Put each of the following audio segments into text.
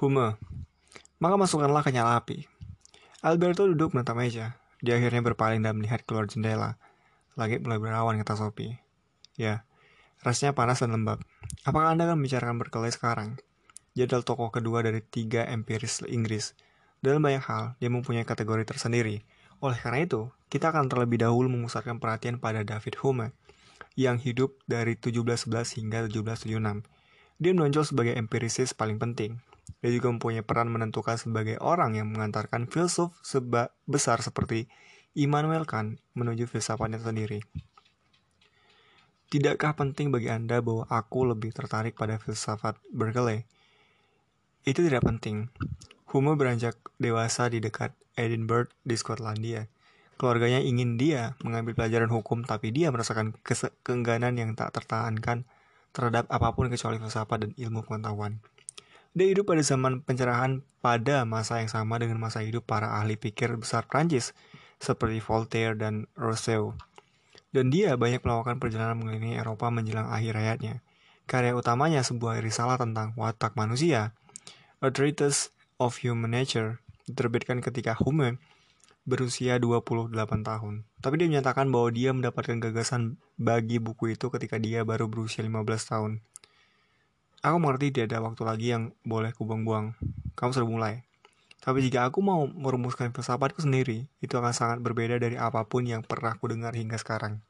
Hume, maka masukkanlah ke nyala api. Alberto duduk menatap meja. Dia akhirnya berpaling dan melihat keluar jendela. Langit mulai berawan, kata Sophie. Ya, rasanya panas dan lembab. Apakah Anda akan membicarakan Berkeley sekarang? Dia adalah tokoh kedua dari 3 empiris Inggris. Dalam banyak hal, dia mempunyai kategori tersendiri. Oleh karena itu, kita akan terlebih dahulu memusatkan perhatian pada David Hume, yang hidup dari 1711 hingga 1776. Dia menonjol sebagai empirisis paling penting. Dia juga mempunyai peran menentukan sebagai orang yang mengantarkan filsuf besar seperti Immanuel Kant menuju filsafatnya sendiri. Tidakkah penting bagi Anda bahwa aku lebih tertarik pada filsafat Berkeley? Itu tidak penting. Hume beranjak dewasa di dekat Edinburgh di Skotlandia. Keluarganya ingin dia mengambil pelajaran hukum, tapi dia merasakan keengganan yang tak tertahankan terhadap apapun kecuali filsafat dan ilmu pengetahuan. Dia hidup pada zaman pencerahan pada masa yang sama dengan masa hidup para ahli pikir besar Prancis seperti Voltaire dan Rousseau. Dan dia banyak melakukan perjalanan mengelilingi Eropa menjelang akhir hayatnya. Karya utamanya sebuah risalah tentang watak manusia, A Treatise of Human Nature, diterbitkan ketika Hume berusia 28 tahun. Tapi dia menyatakan bahwa dia mendapatkan gagasan bagi buku itu ketika dia baru berusia 15 tahun. Aku mengerti tidak ada waktu lagi yang boleh kubuang-buang. Kamu sudah mulai. Tapi jika aku mau merumuskan filsafatku sendiri, itu akan sangat berbeda dari apapun yang pernah ku dengar hingga sekarang.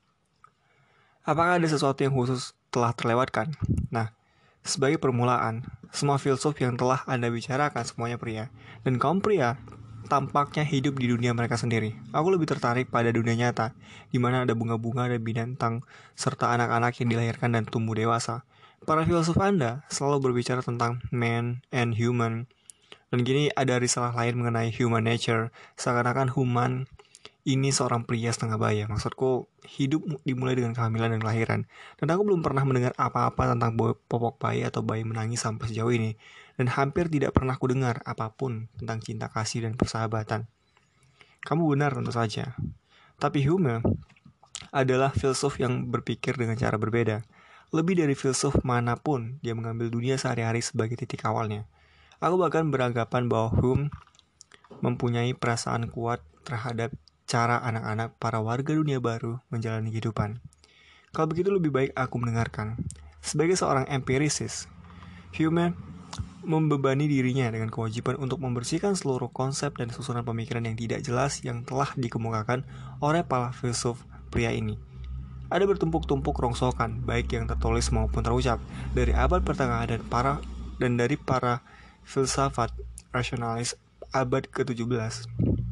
Apakah ada sesuatu yang khusus telah terlewatkan? Nah, sebagai permulaan, semua filsuf yang telah Anda bicarakan semuanya pria. Dan kaum pria tampaknya hidup di dunia mereka sendiri. Aku lebih tertarik pada dunia nyata, di mana ada bunga-bunga dan binatang, serta anak-anak yang dilahirkan dan tumbuh dewasa. Para filsuf Anda selalu berbicara tentang man and human. Dan kini ada risalah lain mengenai human nature, seakan-akan human ini seorang pria setengah baya. Maksudku, hidup dimulai dengan kehamilan dan kelahiran. Dan aku belum pernah mendengar apa-apa tentang popok bayi atau bayi menangis sampai sejauh ini. Dan hampir tidak pernah kudengar apapun tentang cinta kasih dan persahabatan. Kamu benar tentu saja. Tapi Hume adalah filsuf yang berpikir dengan cara berbeda. Lebih dari filsuf manapun, dia mengambil dunia sehari-hari sebagai titik awalnya. Aku bahkan beranggapan bahwa Hume mempunyai perasaan kuat terhadap cara anak-anak para warga dunia baru menjalani kehidupan. Kalau begitu lebih baik aku mendengarkan. Sebagai seorang empirisis, Hume membebani dirinya dengan kewajiban untuk membersihkan seluruh konsep dan susunan pemikiran yang tidak jelas yang telah dikemukakan oleh para filsuf pria ini. Ada bertumpuk-tumpuk rongsokan, baik yang tertulis maupun terucap, dari abad pertengahan dan dari para filsafat rasionalis abad ke-17.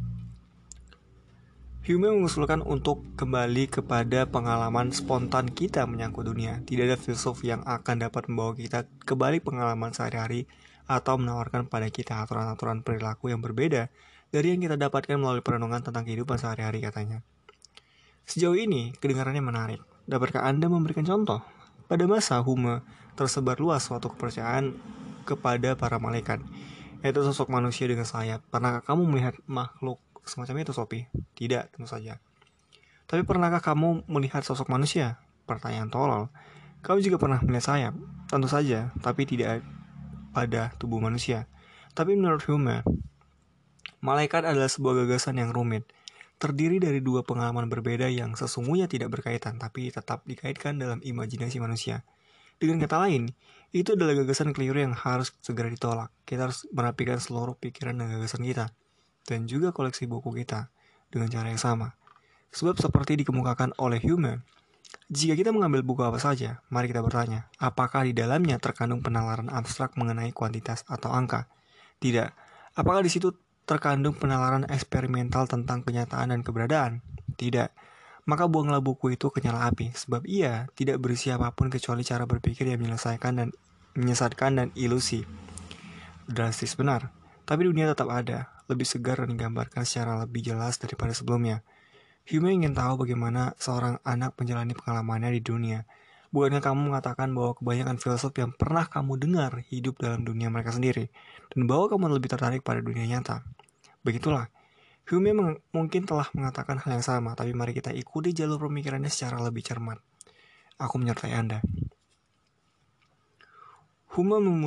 Hume mengusulkan untuk kembali kepada pengalaman spontan kita menyangkut dunia. Tidak ada filsuf yang akan dapat membawa kita kembali pengalaman sehari-hari atau menawarkan pada kita aturan-aturan perilaku yang berbeda dari yang kita dapatkan melalui perenungan tentang kehidupan sehari-hari, katanya. Sejauh ini, kedengarannya menarik. Dapatkah Anda memberikan contoh? Pada masa Hume, tersebar luas suatu kepercayaan kepada para malaikat, yaitu sosok manusia dengan sayap. Pernahkah kamu melihat makhluk semacam itu, Sophie? Tidak, tentu saja. Tapi pernahkah kamu melihat sosok manusia? Pertanyaan tolol. Kamu juga pernah melihat sayap? Tentu saja, tapi tidak pada tubuh manusia. Tapi menurut Hume, malaikat adalah sebuah gagasan yang rumit, terdiri dari dua pengalaman berbeda yang sesungguhnya tidak berkaitan, tapi tetap dikaitkan dalam imajinasi manusia. Dengan kata lain, itu adalah gagasan keliru yang harus segera ditolak. Kita harus merapikan seluruh pikiran dan gagasan kita, dan juga koleksi buku kita, dengan cara yang sama. Sebab seperti dikemukakan oleh Hume, jika kita mengambil buku apa saja, mari kita bertanya, apakah di dalamnya terkandung penalaran abstrak mengenai kuantitas atau angka? Tidak. Apakah di situ terkandung penalaran eksperimental tentang kenyataan dan keberadaan? Tidak. Maka buanglah buku itu ke nyala api, sebab ia tidak berisi apapun kecuali cara berpikir yang menyesatkan dan ilusi. Drastis benar, tapi dunia tetap ada, lebih segar dan digambarkan secara lebih jelas daripada sebelumnya. Hume ingin tahu bagaimana seorang anak menjalani pengalamannya di dunia. Bukankah kamu mengatakan bahwa kebanyakan filsuf yang pernah kamu dengar hidup dalam dunia mereka sendiri, dan bahwa kamu lebih tertarik pada dunia nyata? Begitulah, Hume mungkin telah mengatakan hal yang sama, tapi mari kita ikuti jalur pemikirannya secara lebih cermat. Aku menyertai Anda. Hume memulai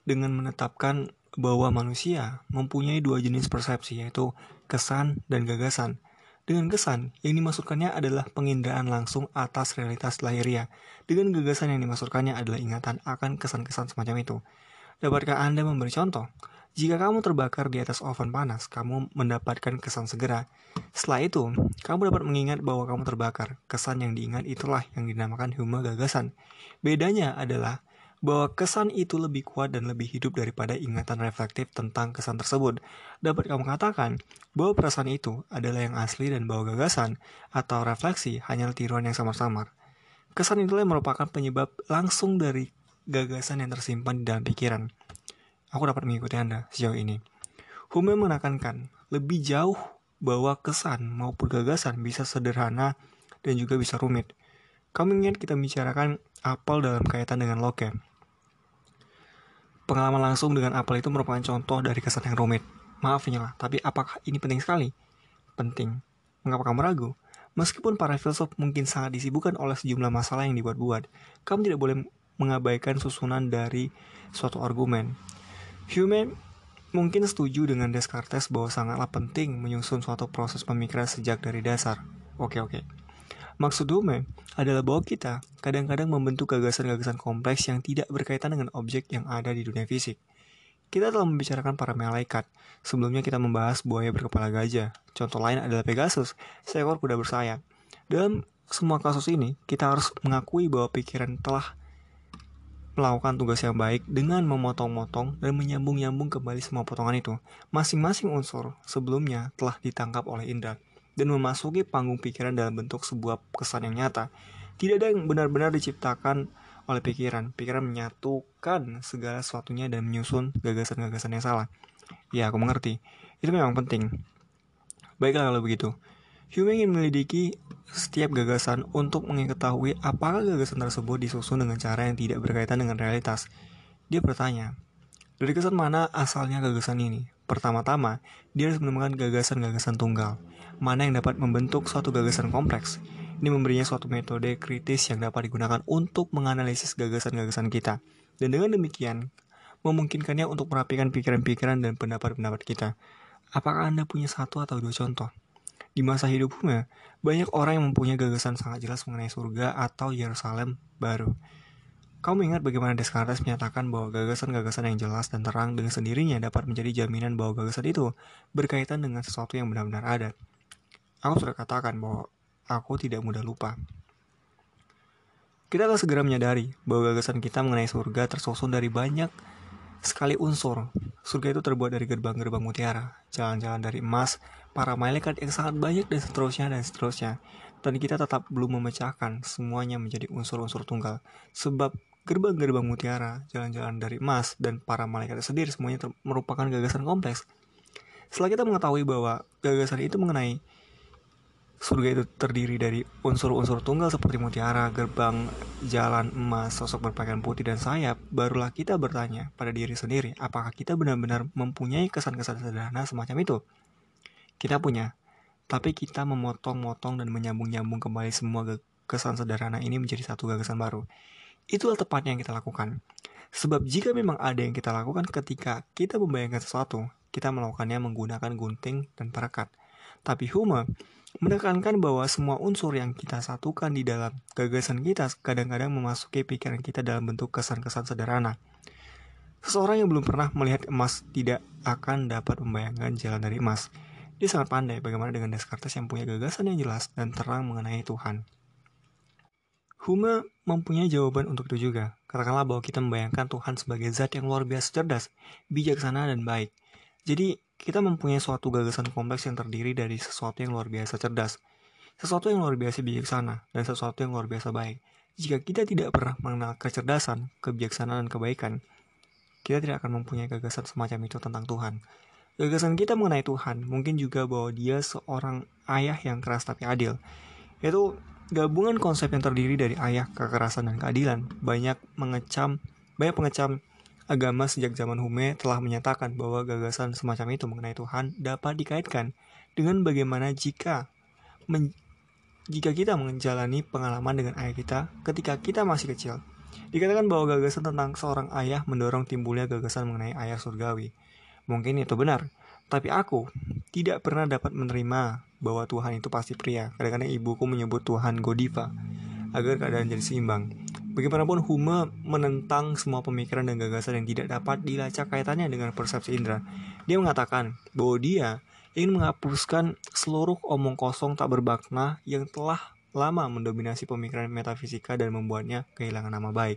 dengan menetapkan bahwa manusia mempunyai dua jenis persepsi, yaitu kesan dan gagasan. Dengan kesan, yang dimaksudkannya adalah penginderaan langsung atas realitas lahiriah. Dengan gagasan yang dimaksudkannya adalah ingatan akan kesan-kesan semacam itu. Dapatkah Anda memberi contoh? Jika kamu terbakar di atas oven panas, kamu mendapatkan kesan segera. Setelah itu, kamu dapat mengingat bahwa kamu terbakar. Kesan yang diingat itulah yang dinamakan huma gagasan. Bedanya adalah bahwa kesan itu lebih kuat dan lebih hidup daripada ingatan reflektif tentang kesan tersebut. Dapat kamu katakan bahwa perasaan itu adalah yang asli dan bahwa gagasan atau refleksi hanyalah tiruan yang samar-samar. Kesan itulah yang merupakan penyebab langsung dari gagasan yang tersimpan di dalam pikiran. Aku dapat mengikuti Anda sejauh ini. Hume menekankan lebih jauh bahwa kesan maupun gagasan bisa sederhana dan juga bisa rumit. Kamu ingat kita bicarakan apel dalam kaitan dengan Locke. Pengalaman langsung dengan apel itu merupakan contoh dari kesan yang rumit. Maaf lah, tapi apakah ini penting sekali? Penting. Mengapa kamu ragu? Meskipun para filsuf mungkin sangat disibukkan oleh sejumlah masalah yang dibuat-buat, kamu tidak boleh mengabaikan susunan dari suatu argumen. Hume mungkin setuju dengan Descartes bahwa sangatlah penting menyusun suatu proses pemikiran sejak dari dasar. Oke. Maksud Hume adalah bahwa kita kadang-kadang membentuk gagasan-gagasan kompleks yang tidak berkaitan dengan objek yang ada di dunia fisik. Kita telah membicarakan para malaikat. Sebelumnya kita membahas buaya berkepala gajah. Contoh lain adalah Pegasus, seekor kuda bersayap. Dalam semua kasus ini, kita harus mengakui bahwa pikiran telah melakukan tugas yang baik dengan memotong-motong dan menyambung-nyambung kembali semua potongan itu. Masing-masing unsur sebelumnya telah ditangkap oleh indera dan memasuki panggung pikiran dalam bentuk sebuah kesan yang nyata. Tidak ada yang benar-benar diciptakan oleh pikiran. Pikiran menyatukan segala sesuatunya dan menyusun gagasan-gagasan yang salah. Ya, aku mengerti. Itu memang penting. Baiklah kalau begitu. Hume ingin menyelidiki setiap gagasan untuk mengetahui apakah gagasan tersebut disusun dengan cara yang tidak berkaitan dengan realitas. Dia bertanya, dari kesan mana asalnya gagasan ini? Pertama-tama, dia harus menemukan gagasan-gagasan tunggal, mana yang dapat membentuk suatu gagasan kompleks. Ini memberinya suatu metode kritis yang dapat digunakan untuk menganalisis gagasan-gagasan kita. Dan dengan demikian, memungkinkannya untuk merapikan pikiran-pikiran dan pendapat-pendapat kita. Apakah Anda punya satu atau dua contoh? Di masa hidup Hume, banyak orang yang mempunyai gagasan sangat jelas mengenai surga atau Yerusalem baru. Kamu ingat bagaimana Descartes menyatakan bahwa gagasan-gagasan yang jelas dan terang dengan sendirinya dapat menjadi jaminan bahwa gagasan itu berkaitan dengan sesuatu yang benar-benar ada. Aku sudah katakan bahwa aku tidak mudah lupa. Kita akan segera menyadari bahwa gagasan kita mengenai surga tersusun dari banyak sekali unsur. Surga itu terbuat dari gerbang-gerbang mutiara, jalan-jalan dari emas, para malaikat yang sangat banyak dan seterusnya. Dan kita tetap belum memecahkan semuanya menjadi unsur-unsur tunggal. Sebab gerbang-gerbang mutiara, jalan-jalan dari emas, dan para malaikat sendiri semuanya merupakan gagasan kompleks. Setelah kita mengetahui bahwa gagasan itu mengenai surga itu terdiri dari unsur-unsur tunggal seperti mutiara, gerbang, jalan, emas, sosok berpakaian putih, dan sayap, barulah kita bertanya pada diri sendiri, apakah kita benar-benar mempunyai kesan-kesan sederhana semacam itu? Kita punya, tapi kita memotong-motong dan menyambung-nyambung kembali semua kesan sederhana ini menjadi satu gagasan baru. Itulah tepatnya yang kita lakukan. Sebab jika memang ada yang kita lakukan ketika kita membayangkan sesuatu, kita melakukannya menggunakan gunting dan perekat. Tapi Hume menekankan bahwa semua unsur yang kita satukan di dalam gagasan kita kadang-kadang memasuki pikiran kita dalam bentuk kesan-kesan sederhana. Seseorang yang belum pernah melihat emas tidak akan dapat membayangkan jalan dari emas. Dia sangat pandai bagaimana dengan Descartes yang punya gagasan yang jelas dan terang mengenai Tuhan. Hume mempunyai jawaban untuk itu juga. Katakanlah bahwa kita membayangkan Tuhan sebagai zat yang luar biasa cerdas, bijaksana, dan baik. Jadi, kita mempunyai suatu gagasan kompleks yang terdiri dari sesuatu yang luar biasa cerdas, sesuatu yang luar biasa bijaksana, dan sesuatu yang luar biasa baik. Jika kita tidak pernah mengenal kecerdasan, kebijaksanaan, dan kebaikan, kita tidak akan mempunyai gagasan semacam itu tentang Tuhan. Gagasan kita mengenai Tuhan mungkin juga bahwa dia seorang ayah yang keras tapi adil. Yaitu gabungan konsep yang terdiri dari ayah, kekerasan, dan keadilan. Banyak pengecam agama sejak zaman Hume telah menyatakan bahwa gagasan semacam itu mengenai Tuhan dapat dikaitkan dengan bagaimana jika kita menjalani pengalaman dengan ayah kita ketika kita masih kecil. Dikatakan bahwa gagasan tentang seorang ayah mendorong timbulnya gagasan mengenai ayah surgawi. Mungkin itu benar, tapi aku tidak pernah dapat menerima bahwa Tuhan itu pasti pria. Kadang-kadang ibuku menyebut Tuhan Godiva agar keadaan jadi seimbang. Bagaimanapun, Hume menentang semua pemikiran dan gagasan yang tidak dapat dilacak kaitannya dengan persepsi indera. Dia mengatakan bahwa dia ingin menghapuskan seluruh omong kosong tak bermakna yang telah lama mendominasi pemikiran metafisika dan membuatnya kehilangan nama baik.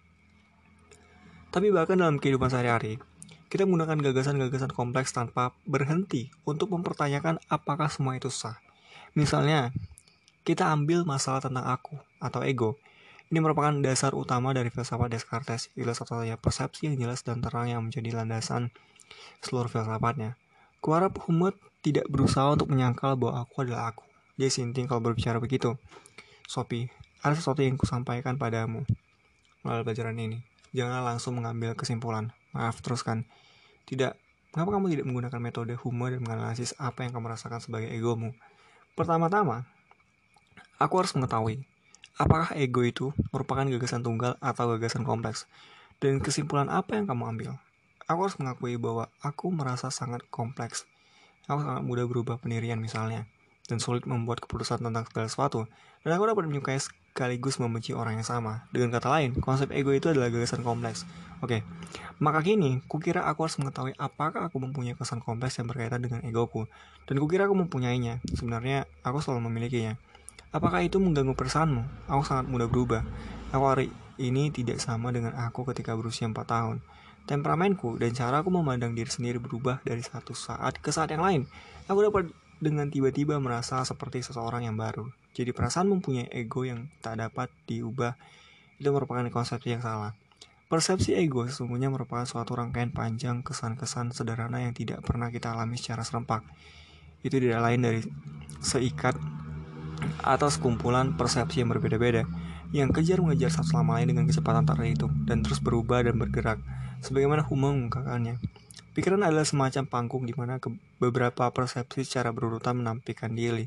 Tapi bahkan dalam kehidupan sehari-hari, kita menggunakan gagasan-gagasan kompleks tanpa berhenti untuk mempertanyakan apakah semua itu sah. Misalnya, kita ambil masalah tentang aku atau ego. Ini merupakan dasar utama dari filsafat Descartes, ialah satu-satunya persepsi yang jelas dan terang yang menjadi landasan seluruh filsafatnya. Kuharap Hume tidak berusaha untuk menyangkal bahwa aku adalah aku. Dia sinting kalau berbicara begitu. Sophie, ada sesuatu yang kusampaikan padamu melalui pelajaran ini. Jangan langsung mengambil kesimpulan. Maaf, teruskan. Tidak, mengapa kamu tidak menggunakan metode Hume dan menganalisis apa yang kamu rasakan sebagai egomu? Pertama-tama, aku harus mengetahui apakah ego itu merupakan gagasan tunggal atau gagasan kompleks, dan kesimpulan apa yang kamu ambil. Aku harus mengakui bahwa aku merasa sangat kompleks. Aku sangat mudah berubah pendirian misalnya, dan sulit membuat keputusan tentang segala sesuatu. Dan aku dapat menyukai sekaligus membenci orang yang sama. Dengan kata lain, konsep ego itu adalah gagasan kompleks. Oke, maka kini, kukira aku harus mengetahui apakah aku mempunyai kesan kompleks yang berkaitan dengan egoku. Dan kukira aku mempunyainya. Sebenarnya, aku selalu memilikinya. Apakah itu mengganggu perasaanmu? Aku sangat mudah berubah. Aku hari ini tidak sama dengan aku ketika berusia 4 tahun. Temperamenku dan cara aku memandang diri sendiri berubah dari satu saat ke saat yang lain. Aku dapat dengan tiba-tiba merasa seperti seseorang yang baru. Jadi perasaan mempunyai ego yang tak dapat diubah itu merupakan konsepsi yang salah. Persepsi ego sesungguhnya merupakan suatu rangkaian panjang kesan-kesan sederhana yang tidak pernah kita alami secara serempak. Itu tidak lain dari seikat atau sekumpulan persepsi yang berbeda-beda yang kejar mengejar satu sama lain dengan kecepatan tak terhitung dan terus berubah dan bergerak sebagaimana Hume mengungkapkannya. Pikiran adalah semacam panggung di mana beberapa persepsi secara berurutan menampilkan diri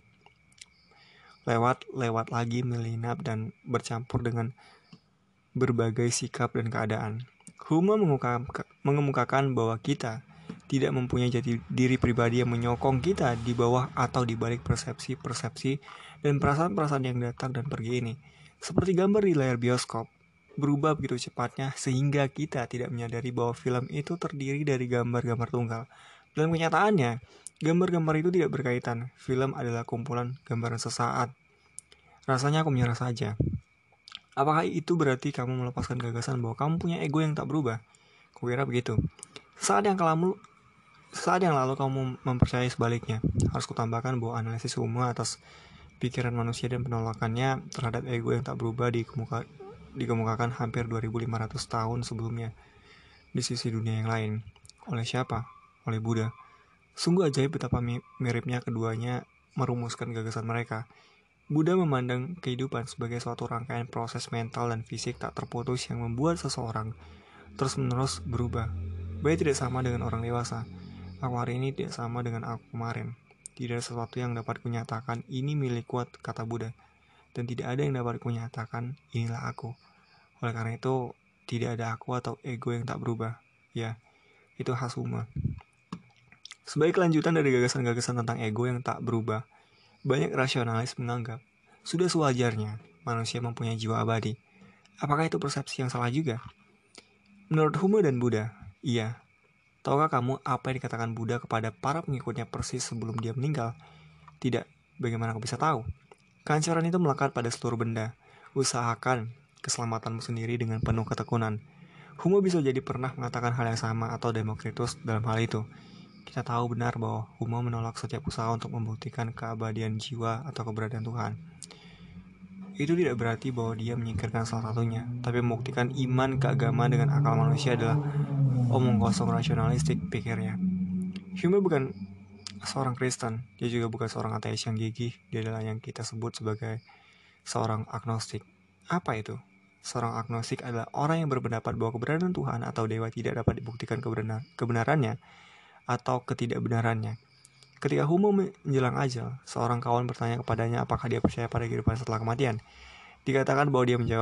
lewat lagi menyelinap dan bercampur dengan berbagai sikap dan keadaan. Hume mengemukakan bahwa kita tidak mempunyai jati diri pribadi yang menyokong kita di bawah atau di balik persepsi-persepsi dan perasaan-perasaan yang datang dan pergi ini. Seperti gambar di layar bioskop, berubah begitu cepatnya sehingga kita tidak menyadari bahwa film itu terdiri dari gambar-gambar tunggal. Dalam kenyataannya, gambar-gambar itu tidak berkaitan. Film adalah kumpulan gambaran sesaat. Rasanya aku menyerah saja. Apakah itu berarti kamu melepaskan gagasan bahwa kamu punya ego yang tak berubah? Kukira begitu. Saat yang lalu kamu mempercayai sebaliknya. Harus kutambahkan bahwa analisis Hume atas pikiran manusia dan penolakannya terhadap ego yang tak berubah dikemukakan hampir 2500 tahun sebelumnya di sisi dunia yang lain. Oleh siapa? Oleh Buddha. Sungguh ajaib betapa miripnya keduanya merumuskan gagasan mereka. Buddha memandang kehidupan sebagai suatu rangkaian proses mental dan fisik tak terputus yang membuat seseorang terus-menerus berubah. Baik tidak sama dengan orang dewasa. Aku hari ini tidak sama dengan aku kemarin. Tidak ada sesuatu yang dapat kunyatakan ini milikku, kata Buddha. Dan tidak ada yang dapat kunyatakan inilah aku. Oleh karena itu, tidak ada aku atau ego yang tak berubah. Ya, itu khas Hume. Sebagai kelanjutan dari gagasan-gagasan tentang ego yang tak berubah, banyak rasionalis menganggap sudah sewajarnya manusia mempunyai jiwa abadi. Apakah itu persepsi yang salah juga? Menurut Hume dan Buddha, iya. Tahukah kamu apa yang dikatakan Buddha kepada para pengikutnya persis sebelum dia meninggal? Tidak, bagaimana aku bisa tahu? Kehancuran itu melekat pada seluruh benda. Usahakan keselamatanmu sendiri dengan penuh ketekunan. Hume bisa jadi pernah mengatakan hal yang sama atau Demokritus dalam hal itu. Kita tahu benar bahwa Hume menolak setiap usaha untuk membuktikan keabadian jiwa atau keberadaan Tuhan. Itu tidak berarti bahwa dia menyingkirkan salah satunya, tapi membuktikan iman keagamaan dengan akal manusia adalah omong kosong rasionalistik, pikirnya. Hume bukan seorang Kristen, dia juga bukan seorang ateis yang gigih. Dia adalah yang kita sebut sebagai seorang agnostik. Apa itu? Seorang agnostik adalah orang yang berpendapat bahwa keberadaan Tuhan atau dewa tidak dapat dibuktikan kebenarannya atau ketidakbenarannya. Ketika Hume menjelang ajal, seorang kawan bertanya kepadanya apakah dia percaya pada kehidupan setelah kematian. Dikatakan bahwa dia menjawab,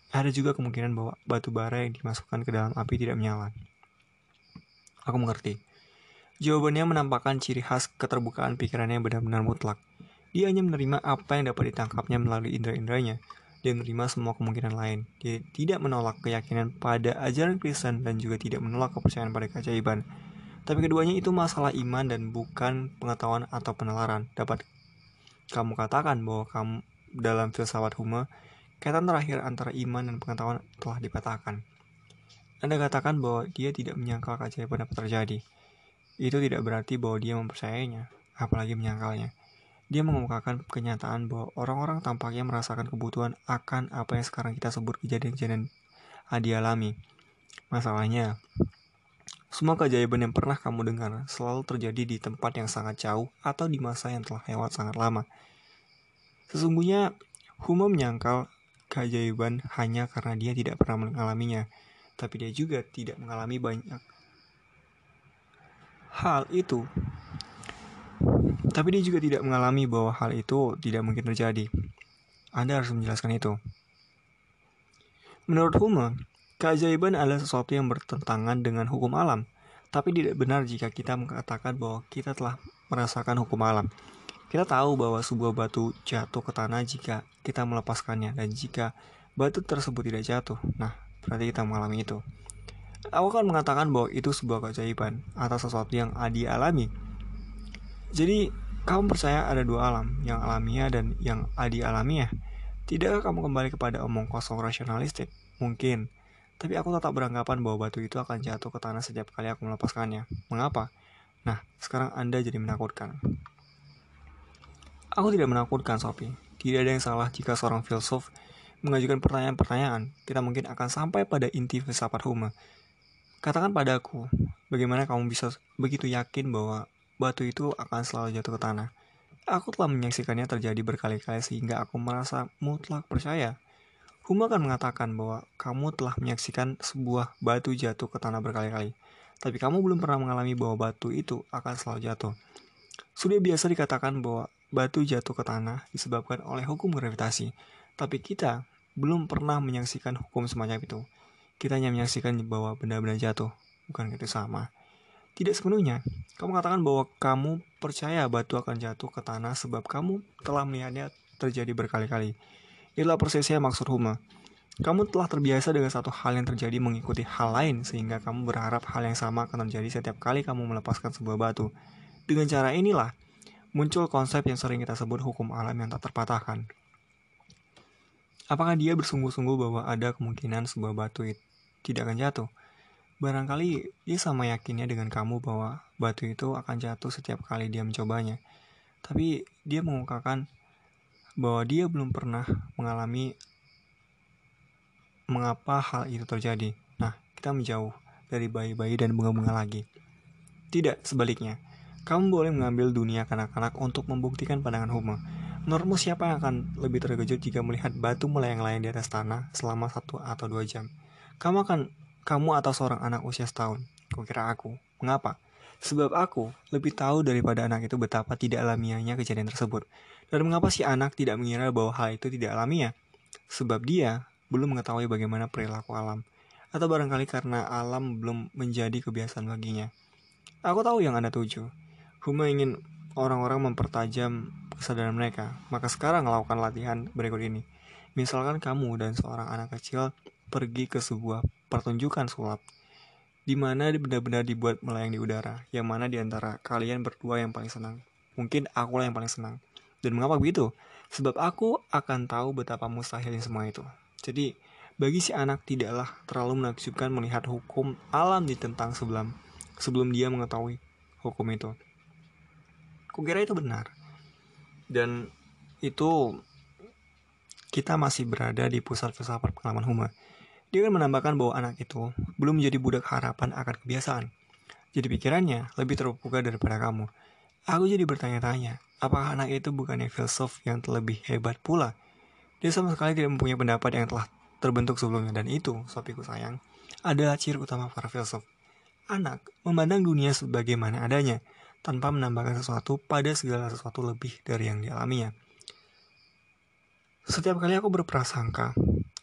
Ada juga kemungkinan bahwa batu bara yang dimasukkan ke dalam api tidak menyala. Aku mengerti. Jawabannya menampakkan ciri khas keterbukaan pikirannya yang benar-benar mutlak. Dia hanya menerima apa yang dapat ditangkapnya melalui indera-inderanya. Dia menerima semua kemungkinan lain. Dia tidak menolak keyakinan pada ajaran Kristen dan juga tidak menolak kepercayaan pada keajaiban. Tapi keduanya itu masalah iman dan bukan pengetahuan atau penalaran. Dapat kamu katakan bahwa kamu dalam filsafat Hume, kaitan terakhir antara iman dan pengetahuan telah dipatahkan. Anda katakan bahwa dia tidak menyangkal keajaiban dapat terjadi. Itu tidak berarti bahwa dia mempercayainya, apalagi menyangkalnya. Dia mengemukakan kenyataan bahwa orang-orang tampaknya merasakan kebutuhan akan apa yang sekarang kita sebut kejadian-kejadian dialami. Masalahnya, semua keajaiban yang pernah kamu dengar selalu terjadi di tempat yang sangat jauh atau di masa yang telah lewat sangat lama. Sesungguhnya, Hume menyangkal keajaiban hanya karena dia tidak pernah mengalaminya, tapi dia juga tidak mengalami banyak hal itu. Tapi dia juga tidak mengalami bahwa hal itu tidak mungkin terjadi. Anda harus menjelaskan itu. Menurut Hume, keajaiban adalah sesuatu yang bertentangan dengan hukum alam. Tapi tidak benar jika kita mengatakan bahwa kita telah merasakan hukum alam. Kita tahu bahwa sebuah batu jatuh ke tanah jika kita melepaskannya, dan jika batu tersebut tidak jatuh, nah berarti kita mengalami itu. Aku akan mengatakan bahwa itu sebuah keajaiban atau sesuatu yang dialami. Jadi, kamu percaya ada dua alam, yang alamiah dan yang alamiah. Tidakkah kamu kembali kepada omong kosong rasionalistik? Mungkin. Tapi aku tetap beranggapan bahwa batu itu akan jatuh ke tanah setiap kali aku melepaskannya. Mengapa? Nah, sekarang Anda jadi menakutkan. Aku tidak menakutkan, Sophie. Tidak ada yang salah jika seorang filsuf mengajukan pertanyaan-pertanyaan. Kita mungkin akan sampai pada inti filsafat Hume. Katakan padaku, bagaimana kamu bisa begitu yakin bahwa batu itu akan selalu jatuh ke tanah? Aku telah menyaksikannya terjadi berkali-kali sehingga aku merasa mutlak percaya. Hume akan mengatakan bahwa kamu telah menyaksikan sebuah batu jatuh ke tanah berkali-kali, tapi kamu belum pernah mengalami bahwa batu itu akan selalu jatuh. Sudah biasa dikatakan bahwa batu jatuh ke tanah disebabkan oleh hukum gravitasi, tapi kita belum pernah menyaksikan hukum semacam itu. Kita hanya menyaksikan bahwa benda-benda jatuh, bukan itu sama. Tidak sepenuhnya. Kamu katakan bahwa kamu percaya batu akan jatuh ke tanah sebab kamu telah melihatnya terjadi berkali-kali. Itulah persisnya maksud Hume. Kamu telah terbiasa dengan satu hal yang terjadi mengikuti hal lain sehingga kamu berharap hal yang sama akan terjadi setiap kali kamu melepaskan sebuah batu. Dengan cara inilah, muncul konsep yang sering kita sebut hukum alam yang tak terpatahkan. Apakah dia bersungguh-sungguh bahwa ada kemungkinan sebuah batu tidak akan jatuh? Barangkali dia sama yakinnya dengan kamu bahwa batu itu akan jatuh setiap kali dia mencobanya. Tapi dia mengungkapkan bahwa dia belum pernah mengalami mengapa hal itu terjadi. Nah, kita menjauh dari bayi-bayi dan bunga-bunga lagi. Tidak, sebaliknya. Kamu boleh mengambil dunia kanak-kanak untuk membuktikan pandangan Hume. Menurutmu siapa yang akan lebih terkejut jika melihat batu melayang-layang di atas tanah selama 1 atau 2 jam? Kamu atau seorang anak usia setahun? Kukira aku. Mengapa? Sebab aku lebih tahu daripada anak itu betapa tidak alamiahnya kejadian tersebut. Dan mengapa si anak tidak mengira bahwa hal itu tidak alamiah? Sebab dia belum mengetahui bagaimana perilaku alam. Atau barangkali karena alam belum menjadi kebiasaan baginya. Aku tahu yang Anda tuju. Hume ingin orang-orang mempertajam kesadaran mereka. Maka sekarang lakukan latihan berikut ini. Misalkan kamu dan seorang anak kecil pergi ke sebuah pertunjukan sulap, di mana benar-benar dibuat melayang di udara. Yang mana di antara kalian berdua yang paling senang? Mungkin akulah yang paling senang. Dan mengapa begitu? Sebab aku akan tahu betapa mustahilnya semua itu. Jadi, bagi si anak tidaklah terlalu menakjubkan melihat hukum alam ditentang sebelum dia mengetahui hukum itu. Kukira itu benar. Dan itu kita masih berada di pusat filsafat pengalaman Hume. Dia akan menambahkan bahwa anak itu belum menjadi budak harapan akan kebiasaan. Jadi pikirannya lebih terbuka daripada kamu. Aku jadi bertanya-tanya, apakah anak itu bukannya filsuf yang lebih hebat pula? Dia sama sekali tidak mempunyai pendapat yang telah terbentuk sebelumnya. Dan itu, sopiku sayang, adalah ciri utama para filsuf. Anak memandang dunia sebagaimana adanya, tanpa menambahkan sesuatu pada segala sesuatu lebih dari yang dialaminya. Setiap kali aku berprasangka,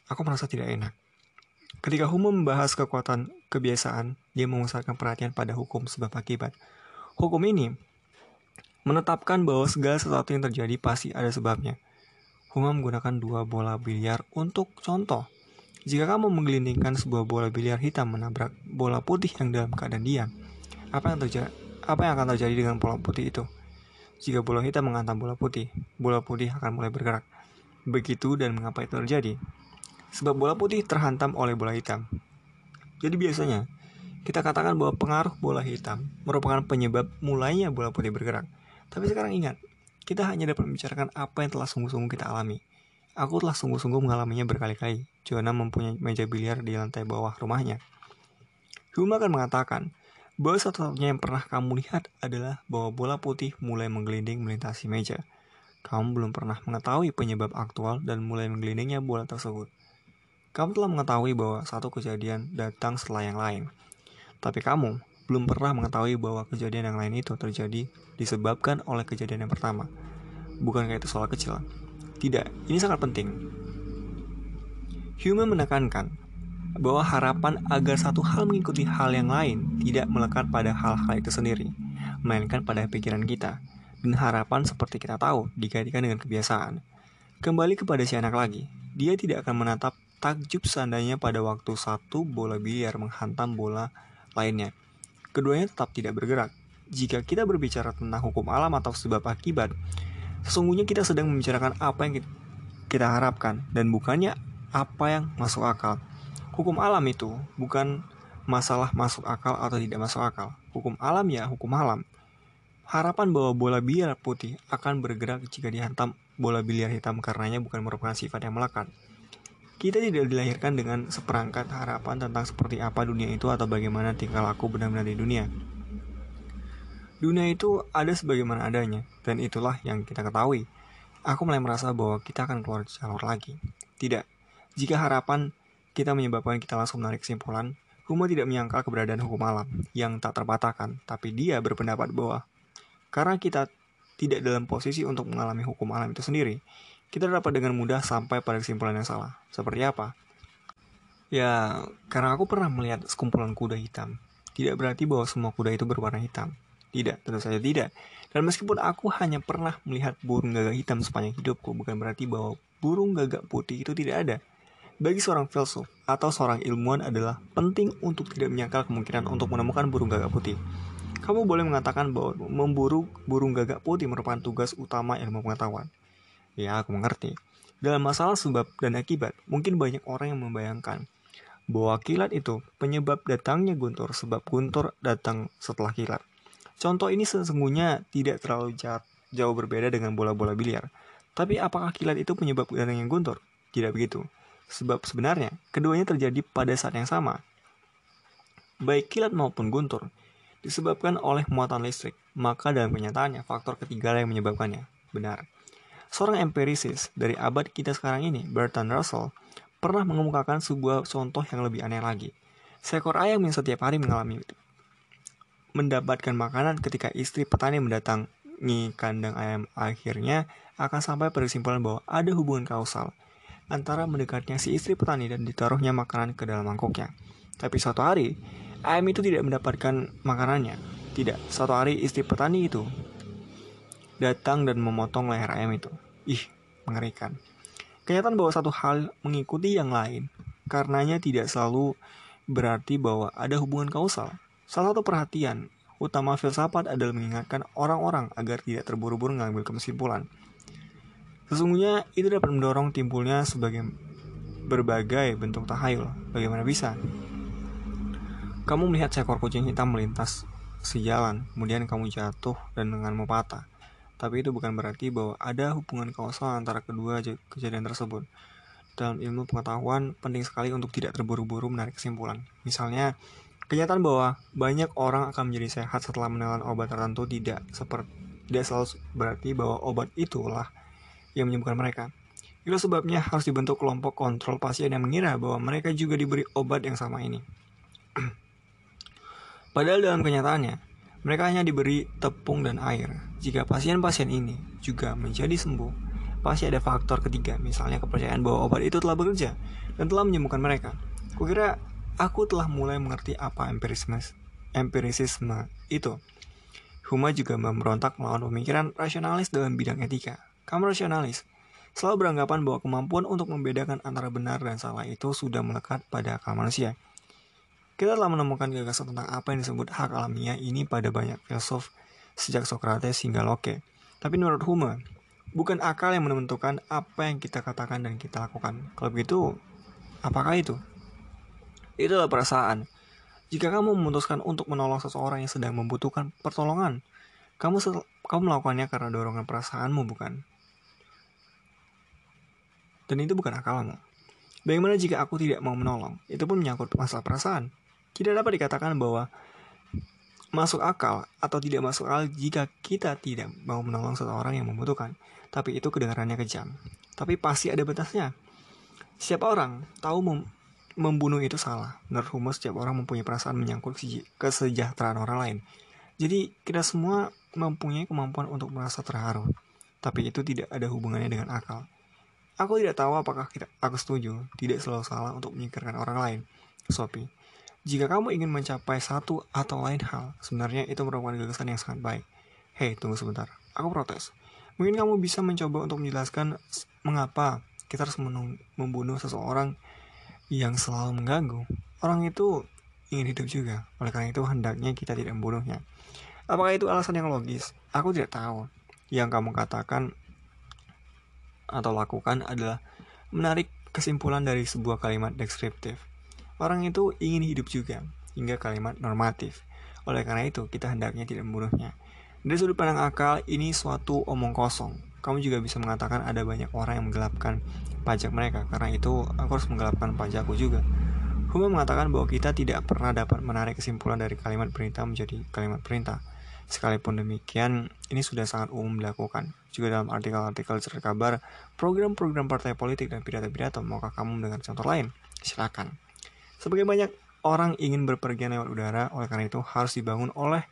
aku merasa tidak enak. Ketika Hume membahas kekuatan kebiasaan, dia memusatkan perhatian pada hukum sebab akibat. Hukum ini menetapkan bahwa segala sesuatu yang terjadi pasti ada sebabnya. Hume menggunakan 2 bola biliar untuk contoh. Jika kamu menggelindingkan sebuah bola biliar hitam menabrak bola putih yang dalam keadaan diam, apa yang akan terjadi dengan bola putih itu? Jika bola hitam menghantam bola putih akan mulai bergerak. Begitu, dan mengapa itu terjadi? Sebab bola putih terhantam oleh bola hitam. Jadi biasanya kita katakan bahwa pengaruh bola hitam merupakan penyebab mulainya bola putih bergerak. Tapi sekarang ingat, kita hanya dapat membicarakan apa yang telah sungguh-sungguh kita alami. Aku telah sungguh-sungguh mengalaminya berkali-kali. Joanna mempunyai meja biliar di lantai bawah rumahnya. Hume akan mengatakan bahwa satu-satunya yang pernah kamu lihat adalah bahwa bola putih mulai menggelinding melintasi meja. Kamu belum pernah mengetahui penyebab aktual dan mulai menggelindingnya bola tersebut. Kamu telah mengetahui bahwa satu kejadian datang setelah yang lain. Tapi kamu belum pernah mengetahui bahwa kejadian yang lain itu terjadi disebabkan oleh kejadian yang pertama. Bukankah itu soal kecil? Tidak, ini sangat penting. Hume menekankan bahwa harapan agar satu hal mengikuti hal yang lain tidak melekat pada hal-hal itu sendiri, melainkan pada pikiran kita. Dan harapan, seperti kita tahu, dikaitkan dengan kebiasaan. Kembali kepada si anak lagi, dia tidak akan menatap takjub seandainya pada waktu satu bola biliar menghantam bola lainnya. Keduanya tetap tidak bergerak. Jika kita berbicara tentang hukum alam atau sebab akibat, sesungguhnya kita sedang membicarakan apa yang kita harapkan dan bukannya apa yang masuk akal. Hukum alam itu bukan masalah masuk akal atau tidak masuk akal. Hukum alam ya hukum alam. Harapan bahwa bola biliar putih akan bergerak jika dihantam bola biliar hitam karenanya bukan merupakan sifat yang melekat. Kita tidak dilahirkan dengan seperangkat harapan tentang seperti apa dunia itu atau bagaimana tingkah laku benar-benar di dunia. Dunia itu ada sebagaimana adanya, dan itulah yang kita ketahui. Aku mulai merasa bahwa kita akan keluar jalur lagi. Tidak, jika harapan kita menyebabkan kita langsung menarik kesimpulan, Hume tidak menyangkal keberadaan hukum alam yang tak terpatahkan, tapi dia berpendapat bahwa karena kita tidak dalam posisi untuk mengalami hukum alam itu sendiri, kita dapat dengan mudah sampai pada kesimpulan yang salah. Seperti apa? Ya, karena aku pernah melihat sekumpulan kuda hitam. Tidak berarti bahwa semua kuda itu berwarna hitam. Tidak, tentu saja tidak. Dan meskipun aku hanya pernah melihat burung gagak hitam sepanjang hidupku, bukan berarti bahwa burung gagak putih itu tidak ada. Bagi seorang filsuf atau seorang ilmuwan adalah penting untuk tidak menyangkal kemungkinan untuk menemukan burung gagak putih. Kamu boleh mengatakan bahwa memburu burung gagak putih merupakan tugas utama ilmu pengetahuan. Ya, aku mengerti. Dalam masalah sebab dan akibat, mungkin banyak orang yang membayangkan bahwa kilat itu penyebab datangnya guntur sebab guntur datang setelah kilat. Contoh ini sesungguhnya tidak terlalu jauh berbeda dengan bola-bola biliar. Tapi apakah kilat itu penyebab datangnya guntur? Tidak begitu. Sebab sebenarnya keduanya terjadi pada saat yang sama. Baik kilat maupun guntur disebabkan oleh muatan listrik. Maka dalam kenyataannya faktor ketiga yang menyebabkannya. Benar. Seorang empirisis dari abad kita sekarang ini, Bertrand Russell, pernah mengemukakan sebuah contoh yang lebih aneh lagi. Seekor ayam yang setiap hari mendapatkan makanan ketika istri petani mendatangi kandang ayam akhirnya akan sampai pada kesimpulan bahwa ada hubungan kausal antara mendekatnya si istri petani dan ditaruhnya makanan ke dalam mangkoknya. Tapi suatu hari, ayam itu tidak mendapatkan makanannya. Tidak, suatu hari istri petani itu datang dan memotong leher ayam itu. Mengerikan. Kenyataan bahwa satu hal mengikuti yang lain, karenanya tidak selalu berarti bahwa ada hubungan kausal. Salah satu perhatian utama filsafat adalah mengingatkan orang-orang agar tidak terburu-buru mengambil kesimpulan. Sesungguhnya itu dapat mendorong timbulnya sebagai berbagai bentuk tahayul. Bagaimana bisa? Kamu melihat seekor kucing hitam melintas sejalan, kemudian kamu jatuh dan lenganmu patah. Tapi itu bukan berarti bahwa ada hubungan kausal antara kedua kejadian tersebut. Dalam ilmu pengetahuan, penting sekali untuk tidak terburu-buru menarik kesimpulan. Misalnya, kenyataan bahwa banyak orang akan menjadi sehat setelah menelan obat tertentu tidak selalu berarti bahwa obat itulah yang menyembuhkan mereka. Itu sebabnya harus dibentuk kelompok kontrol pasien yang mengira bahwa mereka juga diberi obat yang sama ini. Padahal dalam kenyataannya, mereka hanya diberi tepung dan air. Jika pasien-pasien ini juga menjadi sembuh, pasti ada faktor ketiga, misalnya kepercayaan bahwa obat itu telah bekerja dan telah menyembuhkan mereka. Kukira aku telah mulai mengerti apa empirisisme itu. Huma juga memberontak melawan pemikiran rasionalis dalam bidang etika. Kamu rasionalis selalu beranggapan bahwa kemampuan untuk membedakan antara benar dan salah itu sudah melekat pada akal manusia. Kita telah menemukan gagasan tentang apa yang disebut hak alamiah ini pada banyak filsuf sejak Socrates hingga Locke. Tapi menurut Hume, bukan akal yang menentukan apa yang kita katakan dan kita lakukan. Kalau begitu, apakah itu? Itu adalah perasaan. Jika kamu memutuskan untuk menolong seseorang yang sedang membutuhkan pertolongan, kamu melakukannya karena dorongan perasaanmu, bukan? Dan itu bukan akalmu. Bagaimana jika aku tidak mau menolong? Itu pun menyangkut masalah perasaan. Tidak dapat dikatakan bahwa masuk akal atau tidak masuk akal jika kita tidak mau menolong seseorang yang membutuhkan. Tapi itu kedengarannya kejam. Tapi pasti ada batasnya. Setiap orang tahu membunuh itu salah. Menurut Hume, setiap orang mempunyai perasaan menyangkut kesejahteraan orang lain. Jadi kita semua mempunyai kemampuan untuk merasa terharu. Tapi itu tidak ada hubungannya dengan akal. Aku tidak tahu apakah aku setuju. Tidak selalu salah untuk menyingkirkan orang lain. Sophie, jika kamu ingin mencapai satu atau lain hal, sebenarnya itu merupakan gagasan yang sangat baik. Hei, tunggu sebentar. Aku protes. Mungkin kamu bisa mencoba untuk menjelaskan mengapa kita harus membunuh seseorang yang selalu mengganggu. Orang itu ingin hidup juga. Oleh karena itu, hendaknya kita tidak membunuhnya. Apakah itu alasan yang logis? Aku tidak tahu. Yang kamu katakan atau lakukan adalah menarik kesimpulan dari sebuah kalimat deskriptif. Orang itu ingin hidup juga, hingga kalimat normatif. Oleh karena itu, kita hendaknya tidak membunuhnya. Dari sudut pandang akal, ini suatu omong kosong. Kamu juga bisa mengatakan ada banyak orang yang menggelapkan pajak mereka. Karena itu, aku harus menggelapkan pajakku juga. Hume mengatakan bahwa kita tidak pernah dapat menarik kesimpulan dari kalimat perintah menjadi kalimat perintah. Sekalipun demikian, ini sudah sangat umum dilakukan. Juga dalam artikel-artikel cerita kabar, program-program partai politik dan pidato-pidato. Maukah kamu mendengar contoh lain? Silakan. Sebagai banyak orang ingin berpergian lewat udara, oleh karena itu harus dibangun oleh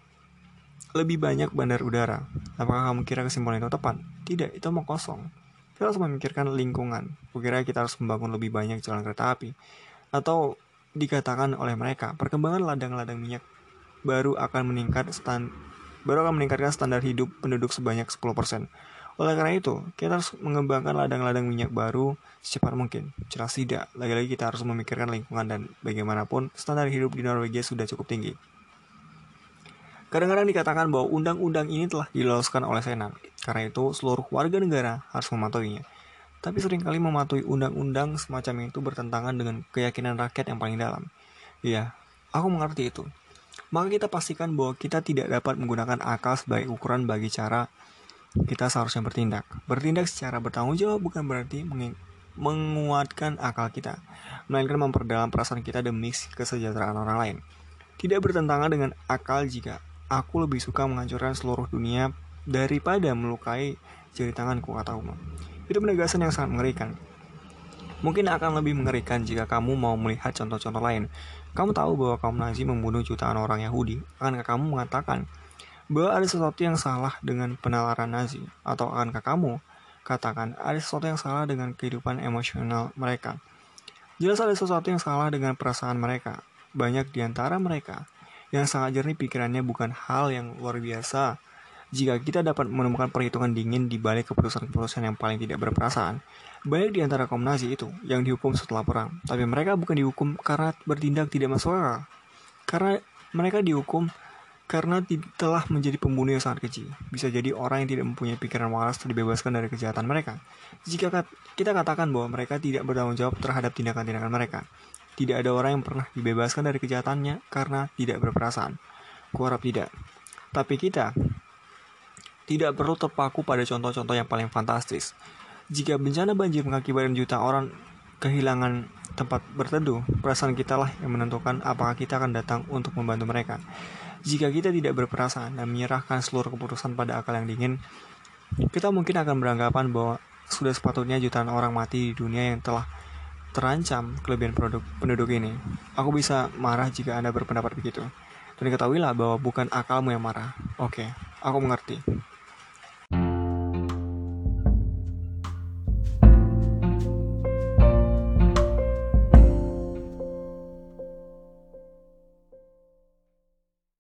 lebih banyak bandar udara. Apakah kamu kira kesimpulan itu tepat? Tidak, itu omong kosong. Kita harus memikirkan lingkungan. Kukira kita harus membangun lebih banyak jalan kereta api. Atau dikatakan oleh mereka, perkembangan ladang-ladang minyak baru akan meningkatkan standar hidup penduduk sebanyak 10%. Oleh karena itu, kita harus mengembangkan ladang-ladang minyak baru secepat mungkin. Jelas tidak, lagi-lagi kita harus memikirkan lingkungan dan bagaimanapun standar hidup di Norwegia sudah cukup tinggi. Kadang-kadang dikatakan bahwa undang-undang ini telah diloloskan oleh Senat. Karena itu, seluruh warga negara harus mematuhinya. Tapi seringkali mematuhi undang-undang semacam itu bertentangan dengan keyakinan rakyat yang paling dalam. Iya, aku mengerti itu. Maka kita pastikan bahwa kita tidak dapat menggunakan akal sebagai ukuran bagi cara kita seharusnya bertindak. Bertindak secara bertanggung jawab bukan berarti menguatkan akal kita, melainkan memperdalam perasaan kita demi kesejahteraan orang lain. Tidak bertentangan dengan akal jika aku lebih suka menghancurkan seluruh dunia daripada melukai jari tanganku, kata Umar. Itu penegasan yang sangat mengerikan. Mungkin akan lebih mengerikan jika kamu mau melihat contoh-contoh lain. Kamu tahu bahwa kaum Nazi membunuh jutaan orang Yahudi. Akankah kamu mengatakan bahwa ada sesuatu yang salah dengan penalaran Nazi? Atau akankah kamu katakan ada sesuatu yang salah dengan kehidupan emosional mereka? Jelas ada sesuatu yang salah dengan perasaan mereka. Banyak di antara mereka yang sangat jernih pikirannya, bukan hal yang luar biasa jika kita dapat menemukan perhitungan dingin di balik keputusan-keputusan yang paling tidak berperasaan. Banyak di antara kaum Nazi itu yang dihukum setelah perang, tapi mereka bukan dihukum karena bertindak tidak masuk akal. Karena mereka dihukum karena telah menjadi pembunuh yang sangat keji. Bisa jadi orang yang tidak mempunyai pikiran waras dibebaskan dari kejahatan mereka. Jika kita katakan bahwa mereka tidak bertanggung jawab terhadap tindakan-tindakan mereka, tidak ada orang yang pernah dibebaskan dari kejahatannya karena tidak berperasaan. Kuharap tidak. Tapi kita tidak perlu terpaku pada contoh-contoh yang paling fantastis. Jika bencana banjir mengakibatkan jutaan orang kehilangan tempat berteduh, perasaan kita lah yang menentukan apakah kita akan datang untuk membantu mereka. Jika kita tidak berperasaan dan menyerahkan seluruh keputusan pada akal yang dingin, kita mungkin akan beranggapan bahwa sudah sepatutnya jutaan orang mati di dunia yang telah terancam kelebihan penduduk ini. Aku bisa marah jika Anda berpendapat begitu. Dan ketahuilah bahwa bukan akalmu yang marah. Oke, aku mengerti.